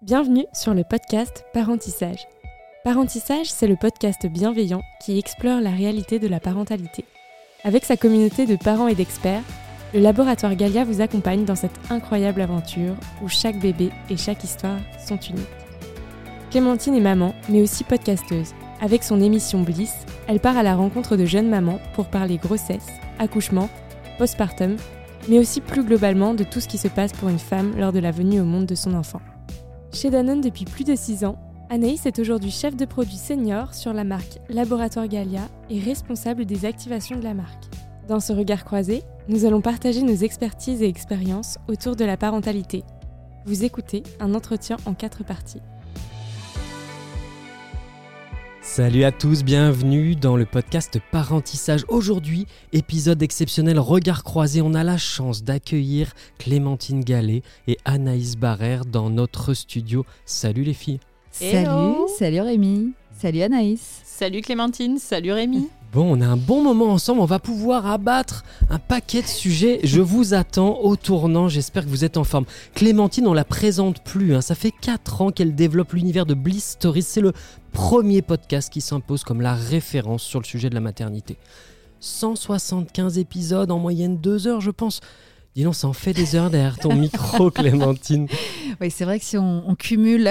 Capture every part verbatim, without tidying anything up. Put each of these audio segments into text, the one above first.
Bienvenue sur le podcast Parentissage. Parentissage, c'est le podcast bienveillant qui explore la réalité de la parentalité. Avec sa communauté de parents et d'experts, le laboratoire Galia vous accompagne dans cette incroyable aventure où chaque bébé et chaque histoire sont uniques. Clémentine est maman, mais aussi podcasteuse. Avec son émission Bliss, elle part à la rencontre de jeunes mamans pour parler grossesse, accouchement, postpartum, mais aussi plus globalement de tout ce qui se passe pour une femme lors de la venue au monde de son enfant. Chez Danone depuis plus de six ans, Anaïs est aujourd'hui chef de produit senior sur la marque Laboratoire Galia et responsable des activations de la marque. Dans ce regard croisé, nous allons partager nos expertises et expériences autour de la parentalité. Vous écoutez un entretien en quatre parties. Salut à tous, bienvenue dans le podcast Parentissage. Aujourd'hui, épisode exceptionnel Regard croisé. On a la chance d'accueillir Clémentine Gallet et Anaïs Barrère dans notre studio. Salut les filles. Salut, Hello. salut Rémi, salut Anaïs. Salut Clémentine, salut Rémi. Bon, on a un bon moment ensemble, on va pouvoir abattre un paquet de sujets. Je vous attends au tournant, j'espère que vous êtes en forme. Clémentine, on la présente plus, hein. Ça fait quatre ans qu'elle développe l'univers de Bliss Stories. C'est le premier podcast qui s'impose comme la référence sur le sujet de la maternité. cent soixante-quinze épisodes, en moyenne deux heures je pense. Dis donc, ça en fait des heures derrière ton micro, Clémentine. Oui, c'est vrai que si on, on cumule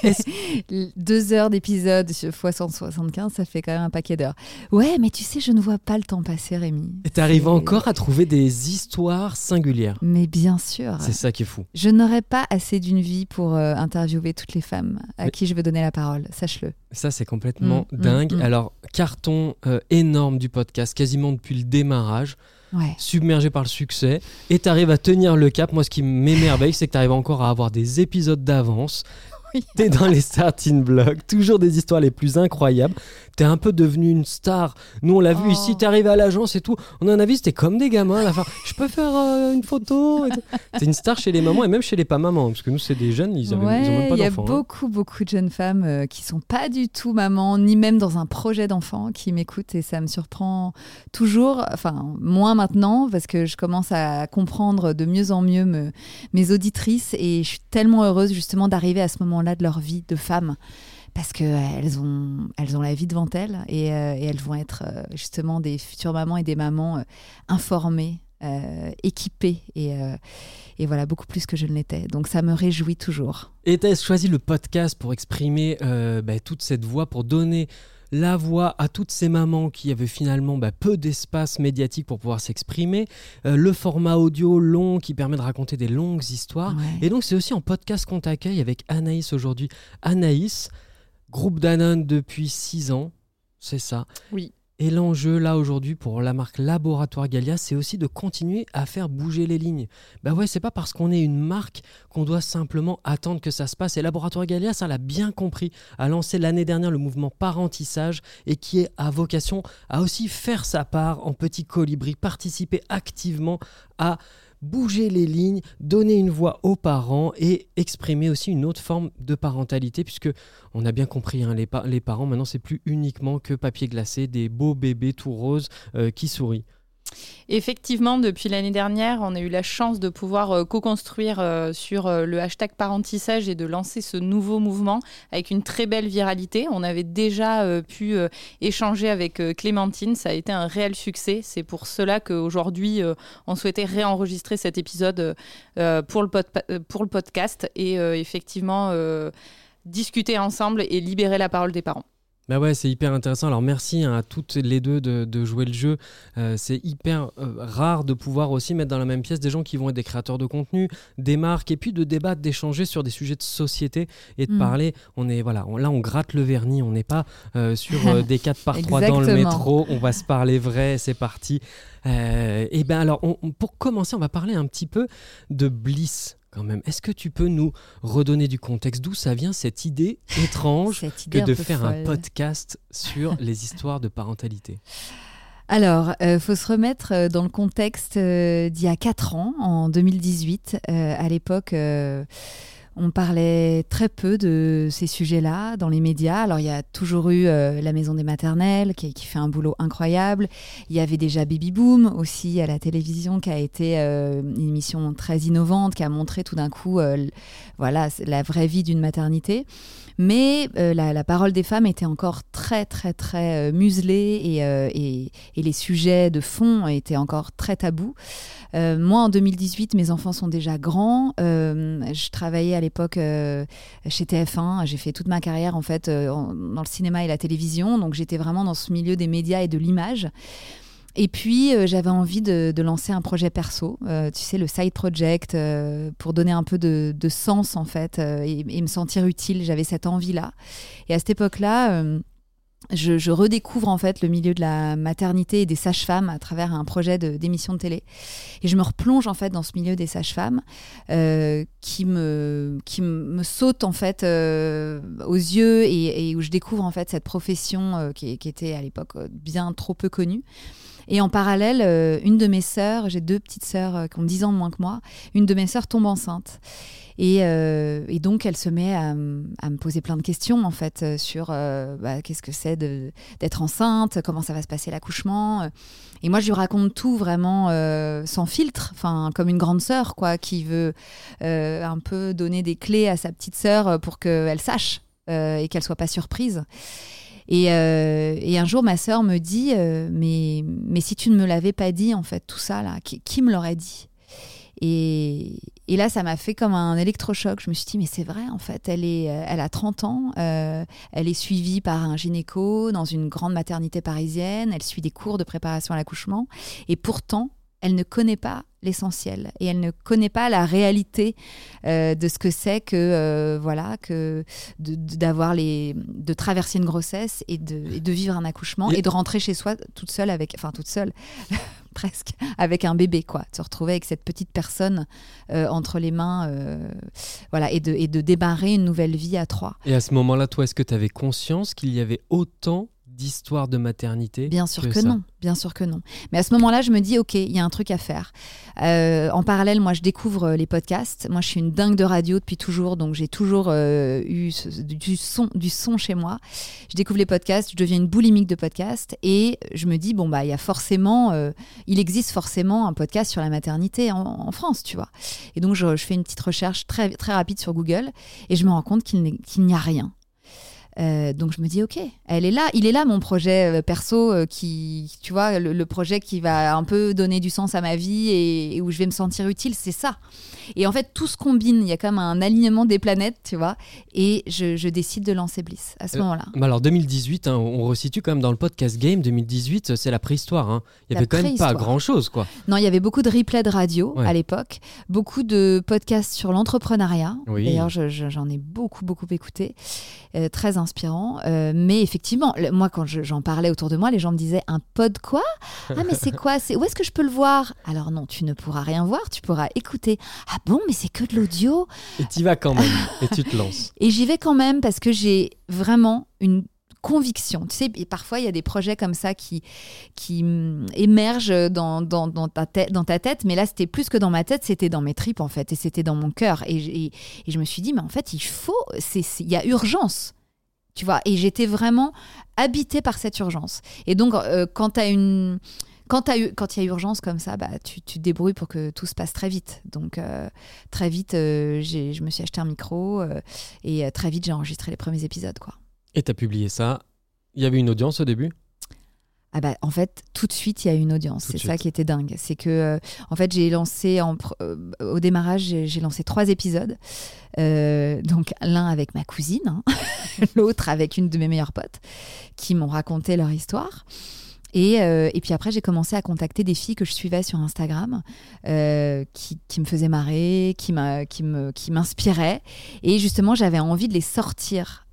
deux heures d'épisode fois cent soixante-quinze, ça fait quand même un paquet d'heures. Ouais, mais tu sais, je ne vois pas le temps passer, Rémi. Et t'arrives C'est... encore à trouver des histoires singulières. Mais bien sûr. C'est ça qui est fou. Je n'aurais pas assez d'une vie pour euh, interviewer toutes les femmes à mais... qui je veux donner la parole, sache-le. Ça, c'est complètement mmh, dingue. Mmh, mmh. Alors, carton euh, énorme du podcast, quasiment depuis le démarrage. Ouais. Submergé par le succès, et tu arrives à tenir le cap. Moi, ce qui m'émerveille, c'est que tu arrives encore à avoir des épisodes d'avance. Oui. Tu es dans les starting blocks, toujours des histoires les plus incroyables. Tu es un peu devenu une star. Nous, on l'a vu oh. ici, tu arrives à l'agence et tout. On en a vu, c'était comme des gamins à la fin. Je peux faire euh, une photo. Tu es une star chez les mamans et même chez les pas mamans, parce que nous, c'est des jeunes, ils n'ont ouais, même pas d'enfants. Il y a hein. beaucoup, beaucoup de jeunes femmes euh, qui ne sont pas du tout mamans, ni même dans un projet d'enfant, qui m'écoutent et ça me surprend toujours. Enfin, moins maintenant, parce que je commence à comprendre de mieux en mieux me, mes auditrices et je suis tellement heureuse justement d'arriver à ce moment-là de leur vie de femme. Parce qu'elles ont, elles ont la vie devant elles et, euh, et elles vont être euh, justement des futures mamans et des mamans euh, informées, euh, équipées et, euh, et voilà, beaucoup plus que je ne l'étais. Donc ça me réjouit toujours. Et tu as choisi le podcast pour exprimer euh, bah, toute cette voix, pour donner la voix à toutes ces mamans qui avaient finalement bah, peu d'espace médiatique pour pouvoir s'exprimer, euh, le format audio long qui permet de raconter des longues histoires. Ouais. Et donc c'est aussi en podcast qu'on t'accueille avec Anaïs aujourd'hui. Anaïs, groupe Danone depuis six ans, c'est ça. Oui. Et l'enjeu là aujourd'hui pour la marque Laboratoire Galia, c'est aussi de continuer à faire bouger les lignes. Bah ouais, c'est pas parce qu'on est une marque qu'on doit simplement attendre que ça se passe. Et Laboratoire Galia, ça l'a bien compris, a lancé l'année dernière le mouvement Parentissage et qui a vocation à aussi faire sa part en petit colibri, participer activement à bouger les lignes, donner une voix aux parents et exprimer aussi une autre forme de parentalité, puisque on a bien compris, hein, les, pa- les parents maintenant c'est plus uniquement que papier glacé, des beaux bébés tout roses euh, qui sourient. Effectivement, depuis l'année dernière, on a eu la chance de pouvoir euh, co-construire euh, sur euh, le hashtag parentissage et de lancer ce nouveau mouvement avec une très belle viralité. On avait déjà euh, pu euh, échanger avec euh, Clémentine, ça a été un réel succès. C'est pour cela qu'aujourd'hui, euh, on souhaitait réenregistrer cet épisode euh, pour, le pod- pour le podcast et euh, effectivement euh, discuter ensemble et libérer la parole des parents. Bah ouais, c'est hyper intéressant. Alors merci hein, à toutes les deux de, de jouer le jeu. Euh, c'est hyper euh, rare de pouvoir aussi mettre dans la même pièce des gens qui vont être des créateurs de contenu, des marques, et puis de débattre, d'échanger sur des sujets de société et de mmh. parler. On est voilà, on, là on gratte le vernis, on n'est pas euh, sur euh, des quatre par trois dans le métro. On va se parler vrai, c'est parti. Euh, et ben alors, on, on, pour commencer, on va parler un petit peu de Bliss. Quand même. Est-ce que tu peux nous redonner du contexte? D'où ça vient cette idée étrange cette idée que de faire folle. Un podcast sur les histoires de parentalité? Alors, il euh, faut se remettre dans le contexte euh, d'il y a quatre ans, en deux mille dix-huit. Euh, à l'époque, euh, On parlait très peu de ces sujets-là dans les médias. Alors, il y a toujours eu euh, la Maison des maternelles qui, qui fait un boulot incroyable. Il y avait déjà Baby Boom aussi à la télévision qui a été euh, une émission très innovante, qui a montré tout d'un coup euh, voilà, la vraie vie d'une maternité. Mais euh, la, la parole des femmes était encore très, très, très euh, muselée et, euh, et, et les sujets de fond étaient encore très tabous. Euh, moi, en deux mille dix-huit, mes enfants sont déjà grands. Euh, je travaillais à l'époque euh, chez T F un. J'ai fait toute ma carrière en fait euh, en, dans le cinéma et la télévision. Donc, j'étais vraiment dans ce milieu des médias et de l'image. Et puis, euh, j'avais envie de, de lancer un projet perso, euh, tu sais, le side project, euh, pour donner un peu de, de sens, en fait, euh, et, et me sentir utile. J'avais cette envie-là. Et à cette époque-là, euh, je, je redécouvre, en fait, le milieu de la maternité et des sages-femmes à travers un projet de, d'émission de télé. Et je me replonge, en fait, dans ce milieu des sages-femmes euh, qui, me, qui me saute, en fait, euh, aux yeux et, et où je découvre, en fait, cette profession euh, qui, qui était, à l'époque, bien trop peu connue. Et en parallèle, euh, une de mes sœurs, j'ai deux petites sœurs euh, qui ont dix ans de moins que moi, une de mes sœurs tombe enceinte. Et, euh, et donc, elle se met à, à me poser plein de questions, en fait, euh, sur euh, bah, qu'est-ce que c'est de, d'être enceinte, comment ça va se passer l'accouchement. Et moi, je lui raconte tout vraiment euh, sans filtre, enfin, comme une grande sœur, quoi, qui veut euh, un peu donner des clés à sa petite sœur pour qu'elle sache euh, et qu'elle soit pas surprise. Et, euh, et un jour, ma sœur me dit euh, mais, mais si tu ne me l'avais pas dit, en fait, tout ça, là, qui, qui me l'aurait dit ? Et, et là, ça m'a fait comme un électrochoc. Je me suis dit, mais c'est vrai, en fait, elle, est, elle a trente ans, euh, elle est suivie par un gynéco dans une grande maternité parisienne, elle suit des cours de préparation à l'accouchement, et pourtant, elle ne connaît pas l'essentiel et elle ne connaît pas la réalité euh, de ce que c'est que euh, voilà que de, de, d'avoir les de traverser une grossesse et de, et de vivre un accouchement et... et de rentrer chez soi toute seule avec enfin toute seule presque avec un bébé, quoi, de se retrouver avec cette petite personne euh, entre les mains euh, voilà et de et de démarrer une nouvelle vie à trois. Et à ce moment-là, toi, est-ce que tu avais conscience qu'il y avait autant d'histoire de maternité? Bien sûr que, que non, bien sûr que non. Mais à ce moment-là, je me dis, ok, il y a un truc à faire. Euh, en parallèle, moi, je découvre les podcasts. Moi, je suis une dingue de radio depuis toujours, donc j'ai toujours euh, eu ce, du, son, du son chez moi. Je découvre les podcasts, je deviens une boulimique de podcasts et je me dis, bon, bah, il y a forcément, euh, il existe forcément un podcast sur la maternité en, en France, tu vois. Et donc, je, je fais une petite recherche très, très rapide sur Google et je me rends compte qu'il, n'est, qu'il n'y a rien. Euh, donc je me dis ok, elle est là, il est là mon projet euh, perso euh, qui, tu vois, le, le projet qui va un peu donner du sens à ma vie et, et où je vais me sentir utile, c'est ça. Et en fait tout se combine, il y a comme un alignement des planètes, tu vois, et je, je décide de lancer Bliss à ce euh, moment-là. Mais alors deux mille dix-huit, hein, on resitue quand même dans le podcast game. deux mille dix-huit, c'est la préhistoire. Hein. Il y avait quand même pas grand-chose, quoi. Non, il y avait beaucoup de replays de radio ouais. à l'époque, beaucoup de podcasts sur l'entrepreneuriat. Oui. D'ailleurs, je, je, j'en ai beaucoup beaucoup écouté, euh, très inspirant. Euh, mais effectivement, le, moi, quand je, j'en parlais autour de moi, les gens me disaient un pod quoi ? Ah, mais c'est quoi ? C'est, où est-ce que je peux le voir ? Alors non, tu ne pourras rien voir, tu pourras écouter. Ah bon, mais c'est que de l'audio ? Et tu y vas quand même, et tu te lances. Et j'y vais quand même parce que j'ai vraiment une conviction. Tu sais, et parfois, il y a des projets comme ça qui, qui émergent dans, dans, dans, ta tête, dans ta tête, mais là, c'était plus que dans ma tête, c'était dans mes tripes, en fait, et c'était dans mon cœur. Et, et, et je me suis dit, mais en fait, il faut, c'est, c'est, il y a urgence. Tu vois, et j'étais vraiment habitée par cette urgence. Et donc, euh, quand tu as une... Quand il y a urgence comme ça, bah, tu, tu te débrouilles pour que tout se passe très vite. Donc, euh, très vite, euh, j'ai, je me suis acheté un micro euh, et euh, très vite, j'ai enregistré les premiers épisodes, quoi. Et tu as publié ça. Il y avait une audience au début ? Ah bah, en fait, tout de suite, il y a eu une audience. Tout c'est ça qui était dingue. C'est que, euh, en fait, j'ai lancé, en, euh, au démarrage, j'ai, j'ai lancé trois épisodes. Euh, donc, l'un avec ma cousine, hein, l'autre avec une de mes meilleures potes, qui m'ont raconté leur histoire. Et, euh, et puis après, j'ai commencé à contacter des filles que je suivais sur Instagram, euh, qui, qui me faisaient marrer, qui, m'a, qui, me, qui m'inspiraient. Et justement, j'avais envie de les sortir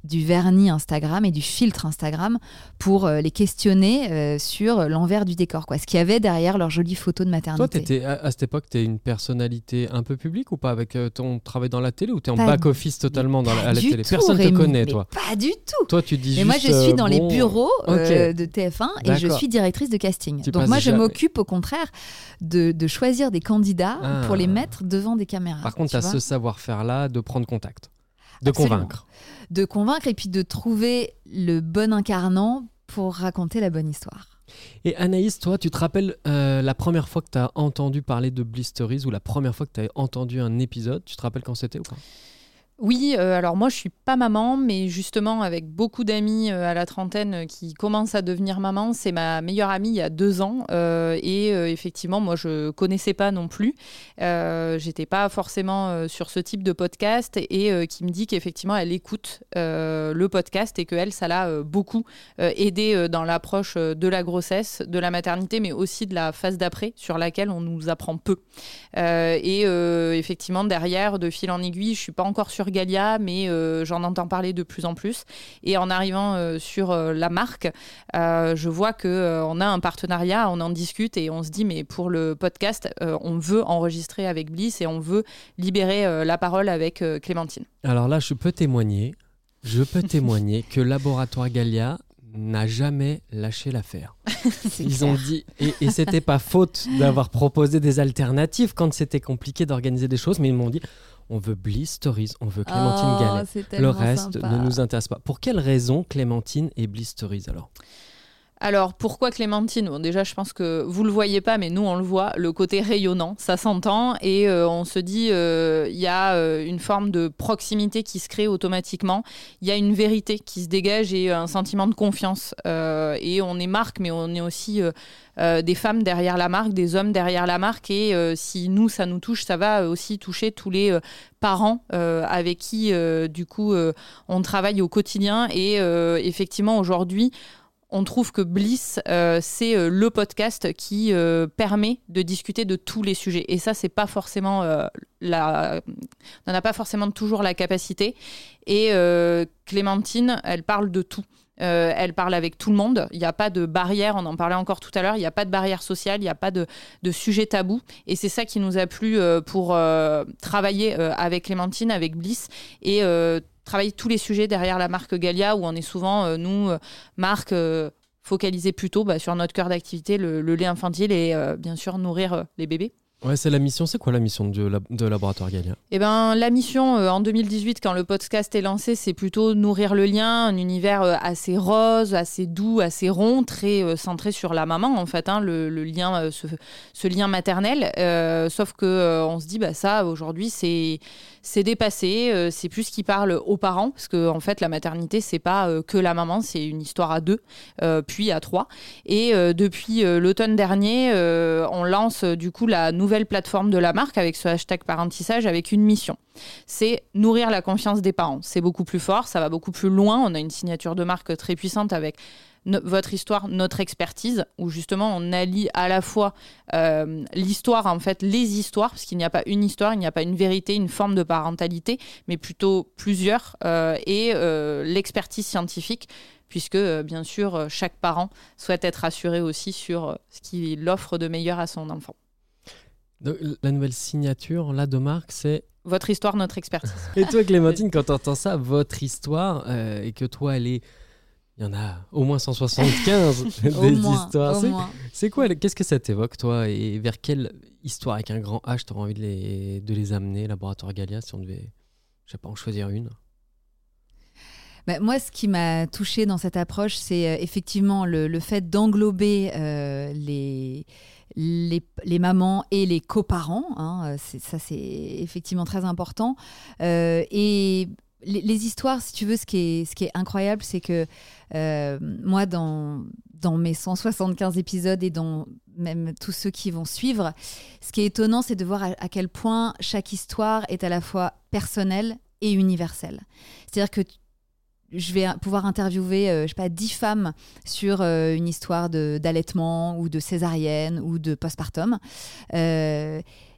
du vernis Instagram et du filtre Instagram pour euh, les questionner euh, sur l'envers du décor, quoi. Ce qu'il y avait derrière leurs jolies photos de maternité. Toi, t'étais, à, à cette époque, tu es une personnalité un peu publique ou pas avec euh, ton travail dans la télé ou tu es en Pas back-office totalement dans la, à la télé? tout, Personne ne te Rémi, connaît, mais toi. Pas du tout. Toi, tu dis Mais juste. moi, je suis euh, dans bon, les bureaux euh, ok. de T F un et D'accord. je suis directrice de casting. Tu Donc passes moi, je jamais- m'occupe au contraire de, de choisir des candidats Ah. pour les mettre devant des caméras. Par contre, tu tu as vois. ce savoir-faire-là de prendre contact, de Absolument. convaincre. De convaincre et puis de trouver le bon incarnant pour raconter la bonne histoire. Et Anaïs, toi, tu te rappelles euh, la première fois que tu as entendu parler de Bliss Stories ou la première fois que tu as entendu un épisode? Tu te rappelles quand c'était ou pas? Oui, euh, alors moi je suis pas maman, mais justement avec beaucoup d'amis euh, à la trentaine euh, qui commencent à devenir maman, c'est ma meilleure amie il y a deux ans euh, et euh, effectivement moi je connaissais pas non plus, euh, j'étais pas forcément euh, sur ce type de podcast et euh, qui me dit qu'effectivement elle écoute euh, le podcast et que elle ça l'a euh, beaucoup euh, aidé euh, dans l'approche euh, de la grossesse, de la maternité, mais aussi de la phase d'après sur laquelle on nous apprend peu. Euh, et euh, effectivement derrière de fil en aiguille, je suis pas encore sur Galia, mais euh, j'en entends parler de plus en plus. Et en arrivant euh, sur euh, la marque, euh, je vois qu'on euh, a un partenariat, on en discute et on se dit, mais pour le podcast, euh, on veut enregistrer avec Bliss et on veut libérer euh, la parole avec euh, Clémentine. Alors là, je peux témoigner, je peux témoigner que Laboratoire Galia n'a jamais lâché l'affaire. Ils clair. ont dit, et, et c'était pas faute d'avoir proposé des alternatives quand c'était compliqué d'organiser des choses, mais ils m'ont dit, on veut Bliss Stories, on veut Clémentine Oh, Gallet. c'est Le tellement reste sympa. ne nous intéresse pas. Pour quelles raisons Clémentine et Bliss Stories alors? Alors, pourquoi Clémentine? Bon, déjà, je pense que vous le voyez pas, mais nous, on le voit, le côté rayonnant, ça s'entend, et euh, on se dit, il euh, y a euh, une forme de proximité qui se crée automatiquement, il y a une vérité qui se dégage et un sentiment de confiance. Euh, et on est marque, mais on est aussi euh, euh, des femmes derrière la marque, des hommes derrière la marque, et euh, si nous, ça nous touche, ça va aussi toucher tous les euh, parents euh, avec qui, euh, du coup, euh, on travaille au quotidien. Et euh, effectivement, aujourd'hui, on trouve que Bliss, euh, c'est euh, le podcast qui euh, permet de discuter de tous les sujets. Et ça, c'est pas forcément euh, la... on n'en a pas forcément toujours la capacité. Et euh, Clémentine, elle parle de tout. Euh, elle parle avec tout le monde. Il n'y a pas de barrière. On en parlait encore tout à l'heure. Il n'y a pas de barrière sociale. Il n'y a pas de, de sujet tabou. Et c'est ça qui nous a plu euh, pour euh, travailler euh, avec Clémentine, avec Bliss. Et euh, travailler tous les sujets derrière la marque Galia, où on est souvent, euh, nous, euh, marque euh, focalisée plutôt bah, sur notre cœur d'activité, le, le lait infantile et euh, bien sûr nourrir euh, les bébés. Ouais, c'est la mission. C'est quoi la mission de, la- de Laboratoire Galia? Eh ben, la mission euh, en deux mille dix-huit, quand le podcast est lancé, c'est plutôt nourrir le lien, un univers euh, assez rose, assez doux, assez rond, très euh, centré sur la maman, en fait, hein, le, le lien, euh, ce, ce lien maternel. Euh, sauf que euh, on se dit, bah ça, aujourd'hui, c'est c'est dépassé. Euh, c'est plus ce qui parle aux parents, parce que en fait, la maternité, c'est pas euh, que la maman, c'est une histoire à deux, euh, puis à trois. Et euh, depuis euh, l'automne dernier, euh, on lance euh, du coup la nouvelle nouvelle plateforme de la marque avec ce hashtag parentissage avec une mission. C'est nourrir la confiance des parents. C'est beaucoup plus fort, ça va beaucoup plus loin. On a une signature de marque très puissante avec no- votre histoire, notre expertise, où justement on allie à la fois euh, l'histoire, en fait, les histoires, parce qu'il n'y a pas une histoire, il n'y a pas une vérité, une forme de parentalité, mais plutôt plusieurs, euh, et euh, l'expertise scientifique, puisque, euh, bien sûr, euh, chaque parent souhaite être assuré aussi sur euh, ce qu'il offre de meilleur à son enfant. Donc, la nouvelle signature là de marque, c'est... Votre histoire, notre expertise. Et toi, Clémentine, quand tu entends ça, votre histoire, euh, et que toi, elle est... Il y en a au moins cent soixante-quinze des Au moins, histoires. au C'est, moins. c'est quoi, qu'est-ce que ça t'évoque, toi, et vers quelle histoire avec un grand H tu aurais envie de les, de les amener, Laboratoire Galia, si on devait, je sais pas, en choisir une? Bah, moi, ce qui m'a touchée dans cette approche, c'est euh, effectivement le, le fait d'englober euh, les, les, les mamans et les coparents. Hein, c'est, ça, c'est effectivement très important. Euh, et les, les histoires, si tu veux, ce qui est, ce qui est incroyable, c'est que euh, moi, dans, dans mes cent soixante-quinze épisodes et dans même tous ceux qui vont suivre, ce qui est étonnant, c'est de voir à, à quel point chaque histoire est à la fois personnelle et universelle. C'est-à-dire que je vais pouvoir interviewer, euh, je sais pas, dix femmes sur euh, une histoire de, d'allaitement ou de césarienne ou de postpartum. Euh,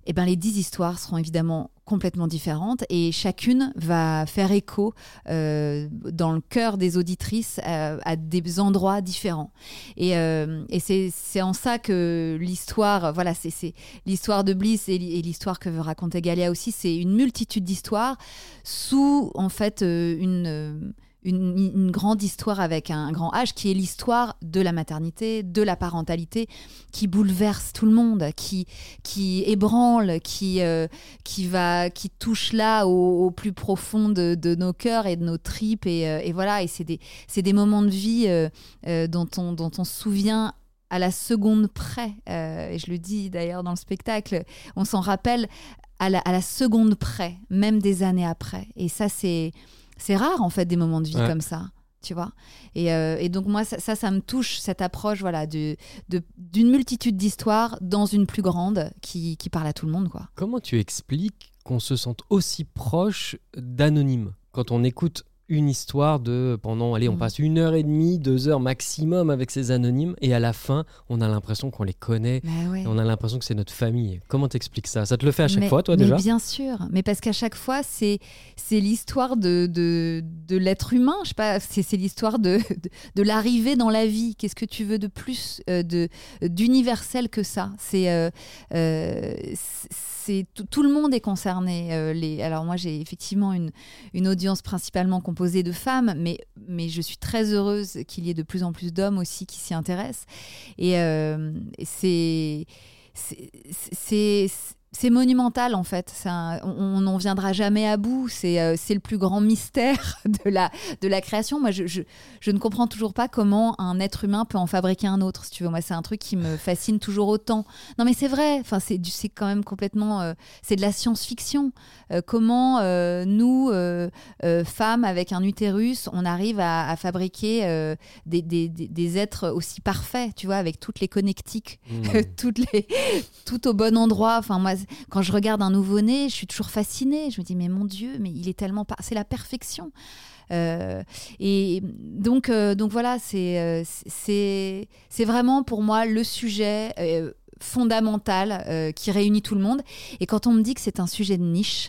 eh ben, les dix histoires seront évidemment complètement différentes et chacune va faire écho euh, dans le cœur des auditrices euh, à des endroits différents. Et, euh, et c'est, c'est en ça que l'histoire, voilà, c'est, c'est l'histoire de Bliss et, et l'histoire que veut raconter Galia aussi, c'est une multitude d'histoires sous en fait euh, une... Euh, Une, une grande histoire avec un, un grand H qui est l'histoire de la maternité, de la parentalité, qui bouleverse tout le monde, qui, qui ébranle, qui, euh, qui, va, qui touche là au, au plus profond de, de nos cœurs et de nos tripes. Et, euh, et voilà, et c'est des, c'est des moments de vie euh, euh, dont, on, dont on se souvient à la seconde près. Euh, et je le dis d'ailleurs dans le spectacle, on s'en rappelle à la, à la seconde près, même des années après. Et ça, c'est... C'est rare, en fait, des moments de vie ouais. comme ça, tu vois. Et, euh, et donc, moi, ça, ça, ça me touche, cette approche voilà, de, de, d'une multitude d'histoires dans une plus grande qui, qui parle à tout le monde, quoi. Comment tu expliques qu'on se sente aussi proche d'Anonyme quand on écoute une histoire de pendant, allez, on mmh. passe une heure et demie, deux heures maximum avec ces anonymes et à la fin, on a l'impression qu'on les connaît, ouais. et on a l'impression que c'est notre famille. Comment t'expliques ça ? Ça te le fait à chaque mais, fois, toi, mais déjà ? Bien sûr, mais parce qu'à chaque fois, c'est, c'est l'histoire de, de, de l'être humain, je sais pas, c'est, c'est l'histoire de, de, de l'arrivée dans la vie. Qu'est-ce que tu veux de plus euh, de, d'universel que ça ? C'est... Euh, euh, c'est tout, tout le monde est concerné. Euh, les, alors moi, j'ai effectivement une, une audience principalement composée de femmes, mais, mais je suis très heureuse qu'il y ait de plus en plus d'hommes aussi qui s'y intéressent. Et euh, c'est, c'est, c'est, c'est monumental, en fait. C'est un, on n'en viendra jamais à bout. C'est, euh, c'est le plus grand mystère de la, de la création. Moi, je, je, je ne comprends toujours pas comment un être humain peut en fabriquer un autre, si tu veux. Moi, c'est un truc qui me fascine toujours autant. Non, mais c'est vrai. Enfin, c'est, c'est quand même complètement... Euh, c'est de la science-fiction. Euh, comment, euh, nous, euh, euh, femmes avec un utérus, on arrive à, à fabriquer euh, des, des, des, des êtres aussi parfaits, tu vois, avec toutes les connectiques, mmh. toutes les, tout au bon endroit. Enfin, moi... Quand je regarde un nouveau-né, je suis toujours fascinée. Je me dis, mais mon Dieu, mais il est tellement... Par... C'est la perfection. Euh, et donc, euh, donc voilà, c'est, euh, c'est, c'est vraiment pour moi le sujet euh, fondamental euh, qui réunit tout le monde. Et quand on me dit que c'est un sujet de niche,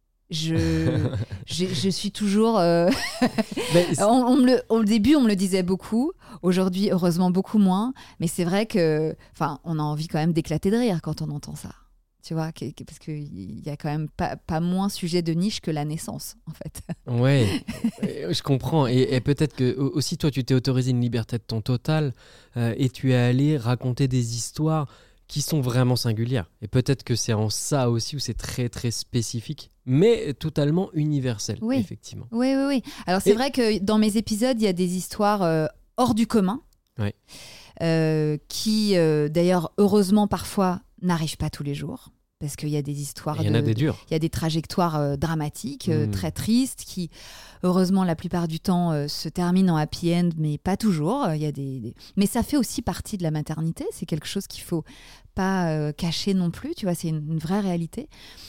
je, je, je suis toujours... Euh... on, on me le, au début, on me le disait beaucoup. Aujourd'hui, heureusement, beaucoup moins. Mais c'est vrai que, enfin, on a envie quand même d'éclater de rire quand on entend ça. Tu vois, parce qu'il y a quand même pas, pas moins sujet de niche que la naissance, en fait. Ouais, je comprends. Et, et peut-être que aussi, toi, tu t'es autorisé une liberté de ton total euh, et tu es allé raconter des histoires qui sont vraiment singulières. Et peut-être que c'est en ça aussi où c'est très, très spécifique, mais totalement universel, oui. effectivement. Oui, oui, oui. Alors, c'est et... vrai que dans mes épisodes, il y a des histoires euh, hors du commun, ouais. euh, qui, euh, d'ailleurs, heureusement, parfois, n'arrivent pas tous les jours. Parce qu'il y a des histoires, il y en a des dures. Il y a des trajectoires euh, dramatiques, euh, mmh. très tristes, qui, heureusement, la plupart du temps, euh, se terminent en happy end, mais pas toujours. Il y a des, des... Mais ça fait aussi partie de la maternité. C'est quelque chose qu'il ne faut pas euh, cacher non plus. Tu vois, c'est une, une vraie réalité.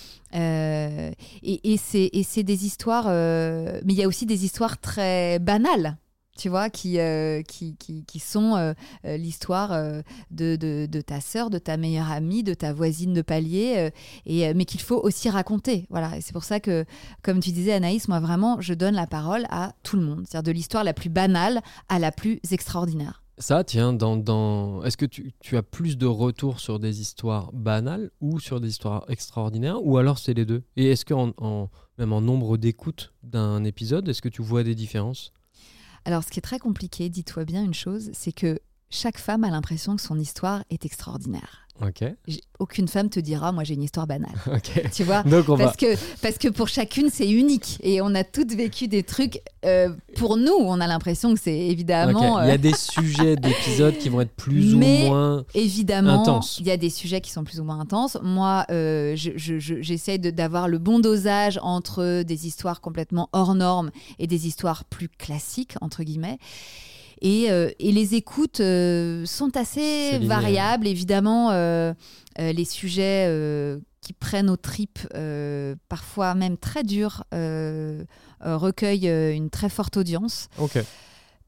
Euh, et, et, c'est, et c'est des histoires... Euh... Mais il y a aussi des histoires très banales. Tu vois, qui, euh, qui, qui, qui sont euh, euh, l'histoire euh, de, de, de ta sœur, de ta meilleure amie, de ta voisine de palier, euh, et, euh, mais qu'il faut aussi raconter. Voilà. Et c'est pour ça que, comme tu disais, Anaïs, moi vraiment, je donne la parole à tout le monde. C'est-à-dire de l'histoire la plus banale à la plus extraordinaire. Ça, tiens, dans, dans... est-ce que tu, tu as plus de retours sur des histoires banales ou sur des histoires extraordinaires, ou alors c'est les deux ? Et est-ce que en, en, même en nombre d'écoutes d'un épisode, est-ce que tu vois des différences ? Alors, ce qui est très compliqué, dis-toi bien une chose, c'est que chaque femme a l'impression que son histoire est extraordinaire. Ok. J'ai, aucune femme te dira, moi j'ai une histoire banale. Ok. Tu vois, donc on parce va... que parce que pour chacune c'est unique et on a toutes vécu des trucs. Euh, pour nous, on a l'impression que c'est évidemment. Okay. Il y a des sujets d'épisodes qui vont être plus Mais ou moins évidemment, intenses. Il y a des sujets qui sont plus ou moins intenses. Moi, euh, je, je, je, j'essaye de, d'avoir le bon dosage entre des histoires complètement hors normes et des histoires plus classiques entre guillemets. Et, euh, et les écoutes euh, sont assez variables, évidemment. Euh, euh, les sujets euh, qui prennent aux tripes, euh, parfois même très durs, euh, euh, recueillent une très forte audience. Ok.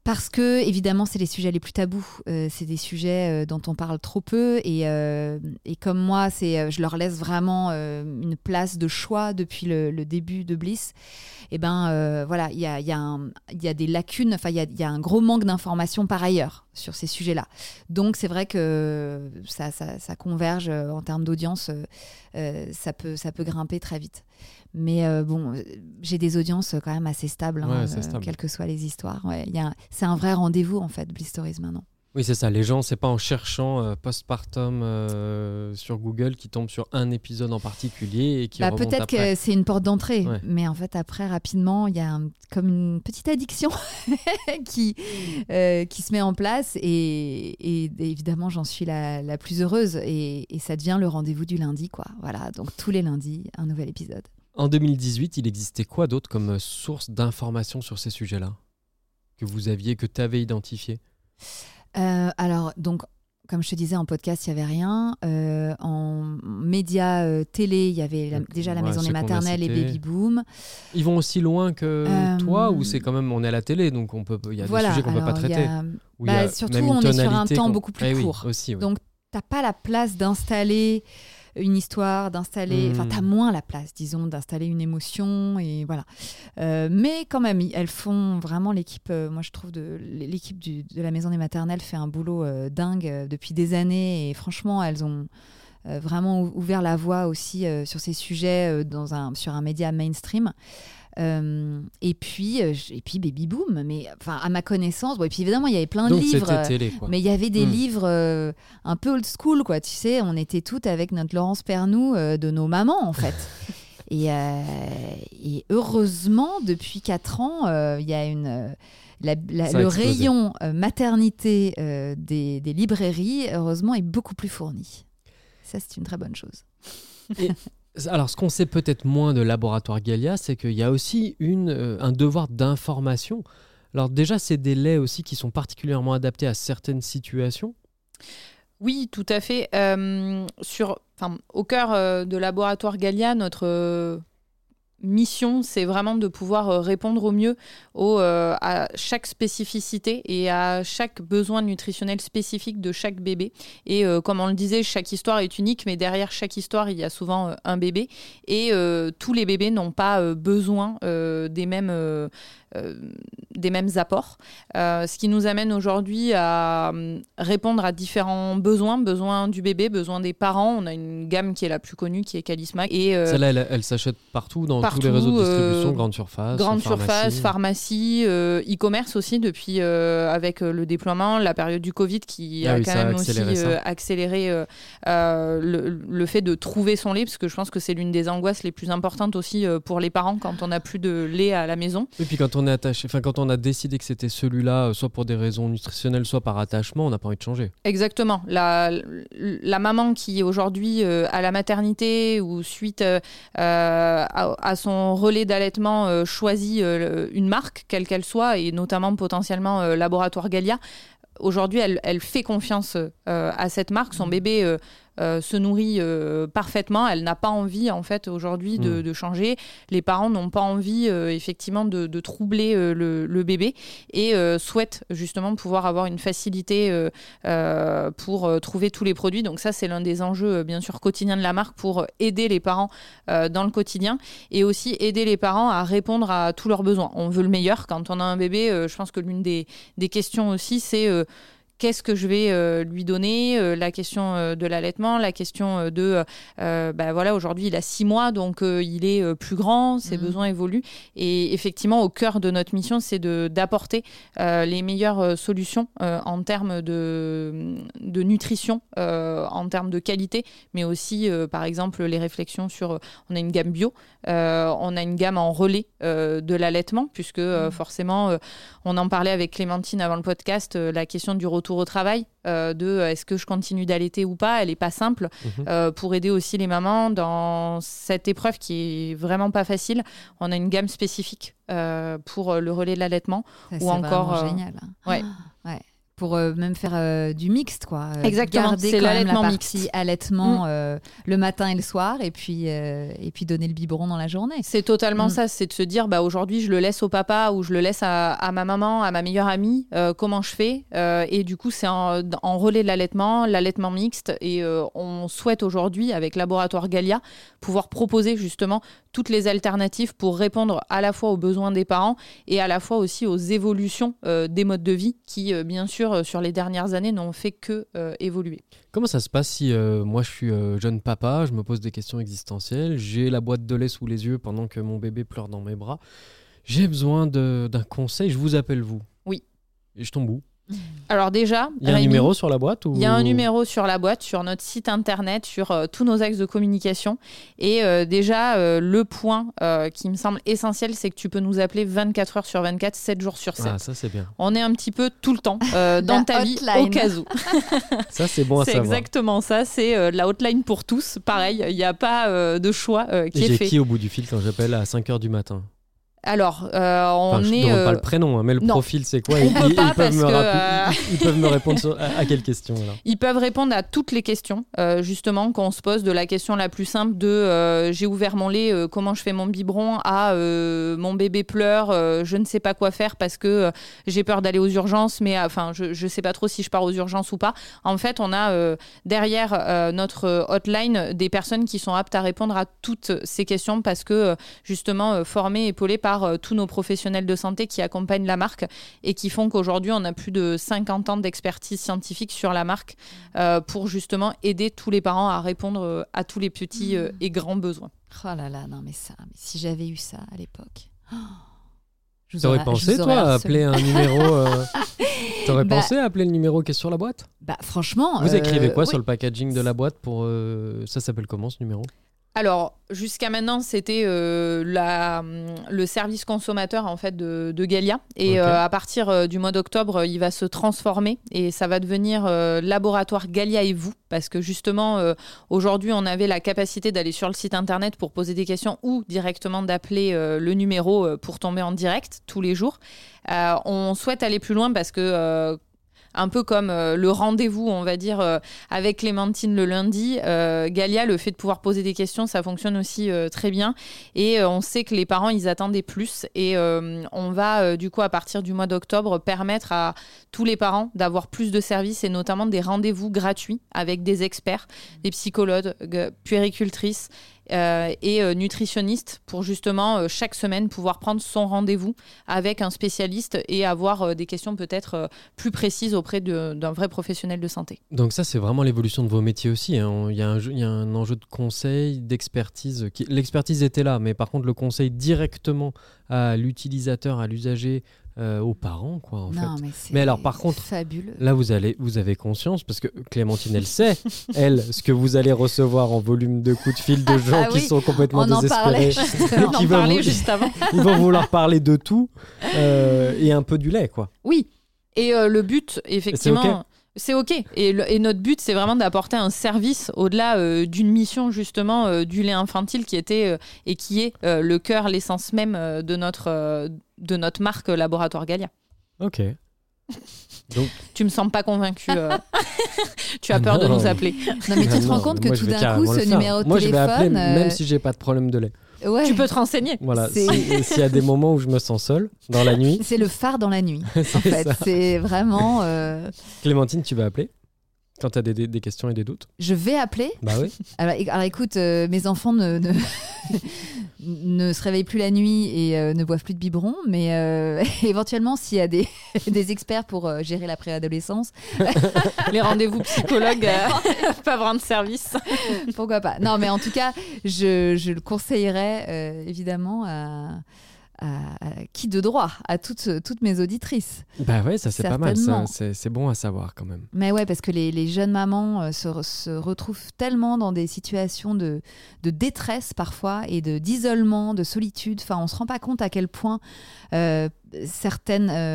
Parce que, évidemment, c'est les sujets les plus tabous. Euh, c'est des sujets euh, dont on parle trop peu. Et, euh, et comme moi, c'est, euh, je leur laisse vraiment euh, une place de choix depuis le, le début de Bliss. Et ben, euh, voilà, il y a, y a un, y a des lacunes, enfin, il y a, y a un gros manque d'informations par ailleurs sur ces sujets-là. Donc, c'est vrai que ça, ça, ça converge euh, en termes d'audience. Euh, euh, ça peut, ça peut grimper très vite. Mais euh, bon, j'ai des audiences quand même assez stables, hein, ouais, c'est stable. euh, quelles que soient les histoires. Ouais, y a, c'est un vrai rendez-vous, en fait, Bliss Stories, maintenant. Oui, c'est ça. Les gens, c'est pas en cherchant euh, postpartum euh, sur Google qui tombent sur un épisode en particulier et qui bah, remontent peut-être après. que c'est une porte d'entrée, Ouais. mais en fait, après, rapidement, il y a un, comme une petite addiction qui, euh, qui se met en place. Et, et, et évidemment, j'en suis la, la plus heureuse. Et, et ça devient le rendez-vous du lundi, quoi. Voilà, donc tous les lundis, un nouvel épisode. En deux mille dix-huit, il existait quoi d'autre comme source d'informations sur ces sujets-là que vous aviez, que tu avais identifié? Euh, alors, donc, comme je te disais, en podcast, il n'y avait rien. Euh, en médias euh, télé, il y avait la, Donc, déjà la ouais, maison des ceux qu'on a maternelles et cités. Baby Boom. Ils vont aussi loin que Euh, toi ou c'est quand même, on est à la télé, donc on peut, il y a Voilà, des sujets qu'on ne peut pas alors, il y traiter. a- Où il y a bah, surtout, même une on est sur un tonalité temps qu'on- beaucoup plus Eh oui, court. aussi, oui. Donc, t'as pas la place d'installer une histoire, d'installer... Enfin, Hmm. t'as moins la place, disons, d'installer une émotion, et voilà. Euh, mais quand même, elles font vraiment l'équipe... euh, moi, je trouve de l'équipe du- de la Maison des Maternelles fait un boulot euh, dingue euh, depuis des années, et franchement, elles ont euh, vraiment ou- ouvert la voie aussi euh, sur ces sujets euh, dans un, sur un média mainstream. Euh, et puis euh, j- et puis Baby Boom, mais enfin à ma connaissance, bon, et puis évidemment il y avait plein Donc de livres, c'était euh, télé, quoi. mais il y avait des Hmm. livres euh, un peu old school, quoi. Tu sais, on était toutes avec notre Laurence Pernou euh, de nos mamans, en fait. et, euh, et heureusement, depuis quatre ans, euh, il y a une euh, la- la- Ça a le explosé. rayon euh, maternité euh, des, des librairies, heureusement, est beaucoup plus fourni. Ça, c'est une très bonne chose. Alors, ce qu'on sait peut-être moins de Laboratoire Gallia, c'est qu'il y a aussi une, euh, un devoir d'information. Alors déjà, c'est des laits aussi qui sont particulièrement adaptés à certaines situations. Oui, tout à fait. Euh, sur, enfin, au cœur euh, de Laboratoire Gallia, notre euh, mission, c'est vraiment de pouvoir euh, répondre au mieux au, euh, à chaque spécificité et à chaque besoin nutritionnel spécifique de chaque bébé. Et euh, comme on le disait, chaque histoire est unique, mais derrière chaque histoire, il y a souvent euh, un bébé. Et euh, tous les bébés n'ont pas euh, besoin euh, des mêmes... Euh, Euh, des mêmes apports, euh, ce qui nous amène aujourd'hui à euh, répondre à différents besoins, besoins du bébé, besoins des parents. On a une gamme qui est la plus connue, qui est Calisma. Et, euh, Celle-là, elle, elle s'achète partout, dans partout, tous les réseaux de distribution, euh, grande surface, grande pharmacie. surface, pharmacie, euh, e-commerce aussi, depuis euh, avec euh, le déploiement, la période du Covid qui Ah a oui, quand ça a même aussi accéléré ça. euh, accéléré euh, euh, le, le fait de trouver son lait, parce que je pense que c'est l'une des angoisses les plus importantes aussi euh, pour les parents quand on n'a plus de lait à la maison. Et puis quand on est attaché, enfin quand on a décidé que c'était celui-là, euh, soit pour des raisons nutritionnelles, soit par attachement, on n'a pas envie de changer. Exactement. La, la maman qui aujourd'hui euh, à la maternité ou suite euh, à, à son relais d'allaitement euh, choisit euh, une marque, quelle qu'elle soit, et notamment potentiellement euh, Laboratoire Gallia, aujourd'hui elle, elle fait confiance euh, à cette marque. Son bébé euh, euh, se nourrit euh, parfaitement. Elle n'a pas envie en fait aujourd'hui de, Mmh. de changer. Les parents n'ont pas envie euh, effectivement de, de troubler euh, le, le bébé et euh, souhaitent justement pouvoir avoir une facilité euh, euh, pour euh, trouver tous les produits. Donc ça c'est l'un des enjeux euh, bien sûr quotidiens de la marque pour aider les parents euh, dans le quotidien et aussi aider les parents à répondre à tous leurs besoins. On veut le meilleur quand on a un bébé. Euh, je pense que l'une des, des questions aussi c'est euh, qu'est-ce que je vais euh, lui donner, euh, la question euh, de l'allaitement, la question euh, de, euh, bah, voilà, aujourd'hui il a six mois, donc euh, il est euh, plus grand, ses Mmh. besoins évoluent. Et effectivement, au cœur de notre mission, c'est de, d'apporter euh, les meilleures euh, solutions euh, en termes de, de nutrition, euh, en termes de qualité, mais aussi, euh, par exemple, les réflexions sur, euh, on a une gamme bio, euh, on a une gamme en relais euh, de l'allaitement, puisque euh, Mmh. forcément, euh, on en parlait avec Clémentine avant le podcast, euh, la question du retour au travail, euh, de euh, est-ce que je continue d'allaiter ou pas, elle n'est pas simple, Mhm. euh, pour aider aussi les mamans dans cette épreuve qui est vraiment pas facile. On a une gamme spécifique euh, pour le relais de l'allaitement. Ça, Ou c'est encore, vraiment euh, génial. ouais. Ah, ouais. pour euh, même faire euh, du mixte, quoi. Euh, Exactement, garder c'est quand même l'allaitement la mixte. partie allaitement Mm. euh, le matin et le soir, et puis, euh, et puis donner le biberon dans la journée. C'est totalement Mm. ça, c'est de se dire bah, aujourd'hui je le laisse au papa ou je le laisse à, à ma maman, à ma meilleure amie, euh, comment je fais euh, et du coup c'est en, en relais de l'allaitement, l'allaitement mixte et euh, on souhaite aujourd'hui avec Laboratoire Gallia pouvoir proposer justement toutes les alternatives pour répondre à la fois aux besoins des parents et à la fois aussi aux évolutions euh, des modes de vie qui euh, bien sûr euh, sur les dernières années n'ont fait que euh, évoluer. Comment ça se passe si euh, moi je suis euh, jeune papa, je me pose des questions existentielles, j'ai la boîte de lait sous les yeux pendant que mon bébé pleure dans mes bras, j'ai besoin de, d'un conseil, je vous appelle vous. Oui. Et je tombe où ? Alors déjà, Il y a un Rémi, numéro sur la boîte ou... Il y a un numéro sur la boîte, sur notre site internet, sur euh, tous nos axes de communication. Et euh, déjà, euh, le point euh, qui me semble essentiel, c'est que tu peux nous appeler vingt-quatre heures sur vingt-quatre, sept jours sur sept. Ah, ça c'est bien. On est un petit peu tout le temps euh, dans La ta vie, hotline. au cas où. Ça c'est bon à C'est savoir. exactement ça, c'est euh, la hotline pour tous. Pareil, il n'y a pas euh, de choix euh, qui Et est j'ai fait. qui au bout du fil quand j'appelle à cinq heures du matin ? Alors, euh, on Enfin, je ne est... demande euh, pas le prénom, hein, mais le non. profil c'est quoi ? On Ils, peut ils- pas ils peuvent parce me que, rappeler- ils, ils peuvent me répondre sur- à, à quelle question alors ? Ils peuvent répondre à toutes les questions, euh, justement, qu'on se pose, de la question la plus simple de euh, j'ai ouvert mon lait, euh, comment je fais mon biberon, à euh, mon bébé pleure, euh, je ne sais pas quoi faire parce que euh, j'ai peur d'aller aux urgences, mais enfin, je ne sais pas trop si je pars aux urgences ou pas. En fait, on a euh, derrière euh, notre hotline des personnes qui sont aptes à répondre à toutes ces questions parce que, euh, justement, euh, formées, épaulées par euh, tous nos professionnels de santé qui accompagnent la marque et qui font qu'aujourd'hui, on a plus de cinquante ans d'expertise scientifique sur la marque euh, pour justement aider tous les parents à répondre euh, à tous les petits euh, et grands besoins. Oh là là, non mais ça, mais si j'avais eu ça à l'époque. Oh, je vous T'aurais aurais- pensé je vous aurais toi à harcelé. appeler un numéro euh, T'aurais Bah- pensé à appeler le numéro qui est sur la boîte ? Bah franchement. Vous euh, écrivez quoi oui. sur le packaging de la boîte pour euh, ça s'appelle comment ce numéro ? Alors, jusqu'à maintenant, c'était euh, la, le service consommateur en fait, de, de Gallia. Et Ok. euh, à partir euh, du mois d'octobre, il va se transformer et ça va devenir euh, Laboratoire Gallia et vous. Parce que justement, euh, aujourd'hui, on avait la capacité d'aller sur le site internet pour poser des questions ou directement d'appeler euh, le numéro euh, pour tomber en direct tous les jours. Euh, on souhaite aller plus loin parce que... Euh, un peu comme euh, le rendez-vous, on va dire, euh, avec Clémentine le lundi. Euh, Gallia, le fait de pouvoir poser des questions, ça fonctionne aussi euh, très bien. Et euh, on sait que les parents, ils attendaient plus. Et euh, on va, euh, du coup, à partir du mois d'octobre, permettre à tous les parents d'avoir plus de services et notamment des rendez-vous gratuits avec des experts, des psychologues, euh, puéricultrices, Euh, et euh, nutritionniste pour justement euh, chaque semaine pouvoir prendre son rendez-vous avec un spécialiste et avoir euh, des questions peut-être euh, plus précises auprès de, d'un vrai professionnel de santé. Donc ça c'est vraiment l'évolution de vos métiers aussi. hein. On- Il y, a un jeu- il y a un enjeu de conseil, d'expertise. Qui... L'expertise était là, mais par contre le conseil directement à l'utilisateur, à l'usager, euh, aux parents, quoi, en Non fait. mais c'est Mais alors, par contre, fabuleux. Là, vous, allez, vous avez conscience, parce que Clémentine, elle sait, elle, ce que vous allez recevoir en volume de coups de fil de gens Ah qui oui, sont complètement on en parlait désespérés. justement. On Qui en va parlait vous- juste avant. Ils vont vouloir parler de tout euh, et un peu du lait, quoi. Oui, et euh, le but, effectivement... c'est ok C'est OK. Et, le- et notre but, c'est vraiment d'apporter un service au-delà euh, d'une mission, justement, euh, du lait infantile qui était euh, et qui est euh, le cœur, l'essence même euh, de, notre, euh, de notre marque Laboratoire Gallia. Ok. Donc, Tu me sens pas convaincu. euh. tu as Ah peur de non. nous appeler. Non mais tu ah te non, rends compte moi, que je tout vais d'un coup, carrément ce le faire. numéro de Moi, je vais appeler, téléphone, même euh, si j'ai pas de problème de lait. ouais, Tu peux te renseigner. Voilà. C'est- Si- S'il y a des moments où je me sens seul, dans la nuit, c'est le phare dans la nuit. En c'est fait, ça. c'est vraiment. euh, Clémentine, tu vas appeler quand tu as des, des- des questions et des doutes. Je vais appeler. Bah oui. Alors, éc- alors, écoute, euh, mes enfants ne, ne, ne se réveillent plus la nuit et euh, ne boivent plus de biberon, mais euh, éventuellement, s'il y a des, des experts pour euh, gérer la préadolescence, Les rendez-vous psychologues euh, peuvent rendre service. pourquoi pas. Non, mais en tout cas, je, je le conseillerais euh, évidemment à, à- à qui de droit, à toutes, toutes mes auditrices. Bah ouais, ça c'est pas mal. Ça, Certainement. c'est, c'est bon à savoir quand même. Mais ouais, parce que les, les jeunes mamans euh, se, re- se retrouvent tellement dans des situations de, de détresse parfois et de, d'isolement, de solitude. Enfin, on se rend pas compte à quel point euh, certaines euh,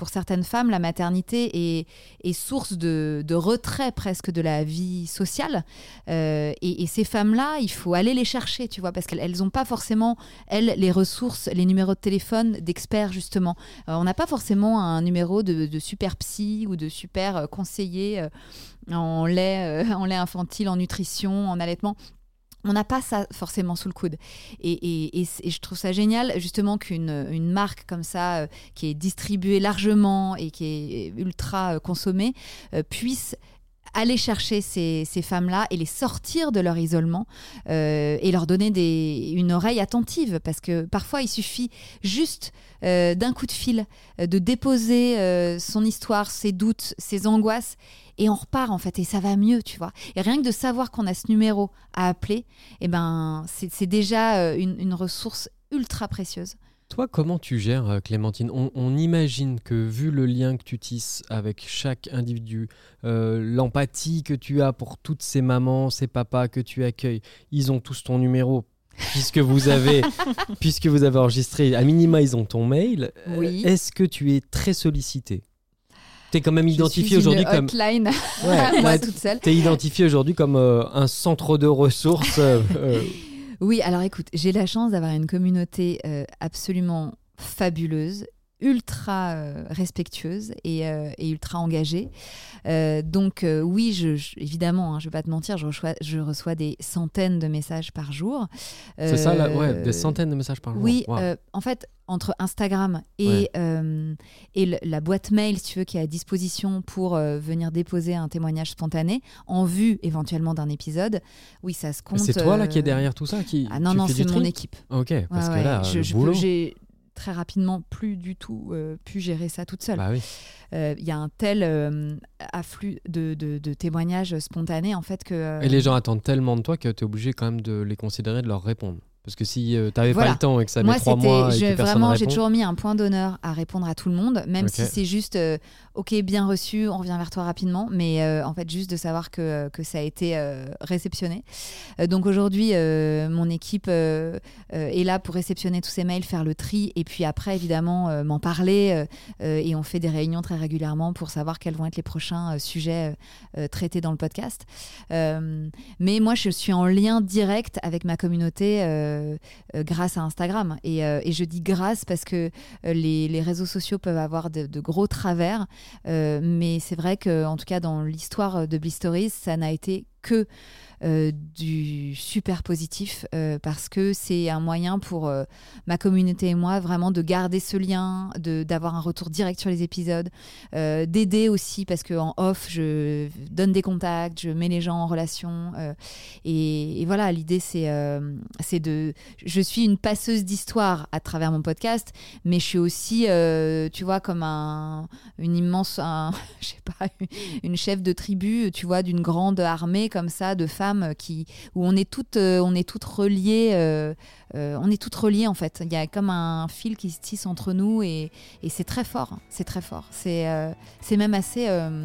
pour certaines femmes, la maternité est, est source de, de retrait presque de la vie sociale. Euh, et, et ces femmes-là, il faut aller les chercher, tu vois, parce qu'elles n'ont pas forcément, elles, les ressources, les numéros de téléphone d'experts, justement. Euh, on n'a pas forcément un numéro de, de super psy ou de super conseiller euh, en lait, euh, en lait infantile, en nutrition, en allaitement. On n'a pas ça forcément sous le coude. Et, et, et, et je trouve ça génial, justement, qu'une une marque comme ça, euh, qui est distribuée largement et qui est ultra euh, consommée, euh, puisse aller chercher ces, ces femmes-là et les sortir de leur isolement euh, et leur donner des, une oreille attentive. Parce que parfois, il suffit juste euh, d'un coup de fil, euh, de déposer euh, son histoire, ses doutes, ses angoisses, et on repart en fait, et ça va mieux, tu vois. Et rien que de savoir qu'on a ce numéro à appeler, eh ben, c'est, c'est déjà une, une ressource ultra précieuse. Toi, comment tu gères, Clémentine ? on, on imagine que vu le lien que tu tisses avec chaque individu, euh, l'empathie que tu as pour toutes ces mamans, ces papas que tu accueilles, ils ont tous ton numéro. Puisque vous avez, puisque vous avez enregistré, à minima, ils ont ton mail. Oui. Est-ce que tu es très sollicitée ? T'es quand même identifié je suis aujourd'hui une comme hotline, ouais, moi ouais, toute seule. T'es identifié aujourd'hui comme euh, un centre de ressources. Euh, euh. Oui, alors écoute, j'ai la chance d'avoir une communauté euh, absolument fabuleuse, ultra euh, respectueuse et, euh, et ultra engagée. Euh, donc euh, oui, je, je, évidemment, hein, je ne vais pas te mentir, je reçois, je reçois des centaines de messages par jour. C'est euh, ça, là, ouais, des centaines de messages par jour. Oui, wow. euh, en fait, entre Instagram et, ouais. euh, et le, la boîte mail, si tu veux, qui est à disposition pour euh, venir déposer un témoignage spontané, en vue éventuellement d'un épisode, oui, ça se compte. Mais c'est toi là euh... qui est derrière tout ça qui, Ah non, non, c'est mon équipe. Ok, parce ouais, que ouais, là, je, le je boulot... peux, j'ai très rapidement plus du tout euh, pu gérer ça toute seule. Bah oui. Il euh, y a un tel euh, afflux de, de, de témoignages spontanés en fait que... Euh... Et les gens attendent tellement de toi que tu es obligé quand même de les considérer, de leur répondre. Parce que si euh, tu n'avais voilà. pas le temps et que ça Moi, met trois mois et je, que personne vraiment, répond... j'ai toujours mis un point d'honneur à répondre à tout le monde, même okay. si c'est juste euh, ok, bien reçu, on revient vers toi rapidement, mais euh, en fait juste de savoir que, que ça a été euh, réceptionné. Euh, donc aujourd'hui, euh, mon équipe euh, euh, est là pour réceptionner tous ces mails, faire le tri, et puis après évidemment euh, m'en parler, euh, et on fait des réunions très régulièrement pour savoir quels vont être les prochains euh, sujets euh, traités dans le podcast. Euh, mais moi, je suis en lien direct avec ma communauté. Euh, euh, grâce à Instagram. Et, euh, et je dis grâce parce que euh, les, les réseaux sociaux peuvent avoir de, de gros travers. Euh, mais c'est vrai qu'en tout cas, dans l'histoire de Bliss Stories, ça n'a été que euh, du super positif euh, parce que c'est un moyen pour euh, ma communauté et moi vraiment de garder ce lien, de, d'avoir un retour direct sur les épisodes, euh, d'aider aussi parce qu'en off, je donne des contacts, je mets les gens en relation. Euh, et, et voilà, l'idée, c'est, euh, c'est de... Je suis une passeuse d'histoire à travers mon podcast, mais je suis aussi, euh, tu vois, comme un, une immense... Un, je sais pas, une chef de tribu, tu vois, d'une grande armée comme ça de femmes qui où on est toutes euh, on est toutes reliées euh, euh, on est toutes reliées en fait. Il y a comme un fil qui se tisse entre nous et, et c'est très fort, c'est très fort. C'est euh, c'est même assez euh,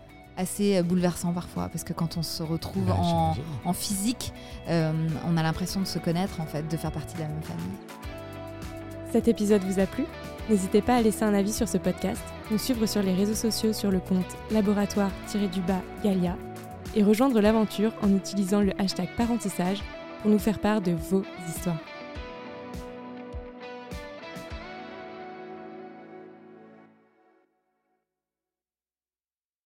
assez bouleversant parfois parce que quand on se retrouve bah, en, en physique, euh, on a l'impression de se connaître en fait, de faire partie de la même famille. Cet épisode vous a plu ? N'hésitez pas à laisser un avis sur ce podcast, nous suivre sur les réseaux sociaux sur le compte laboratoire-du-bas Galia et rejoindre l'aventure en utilisant le hashtag parentissage pour nous faire part de vos histoires.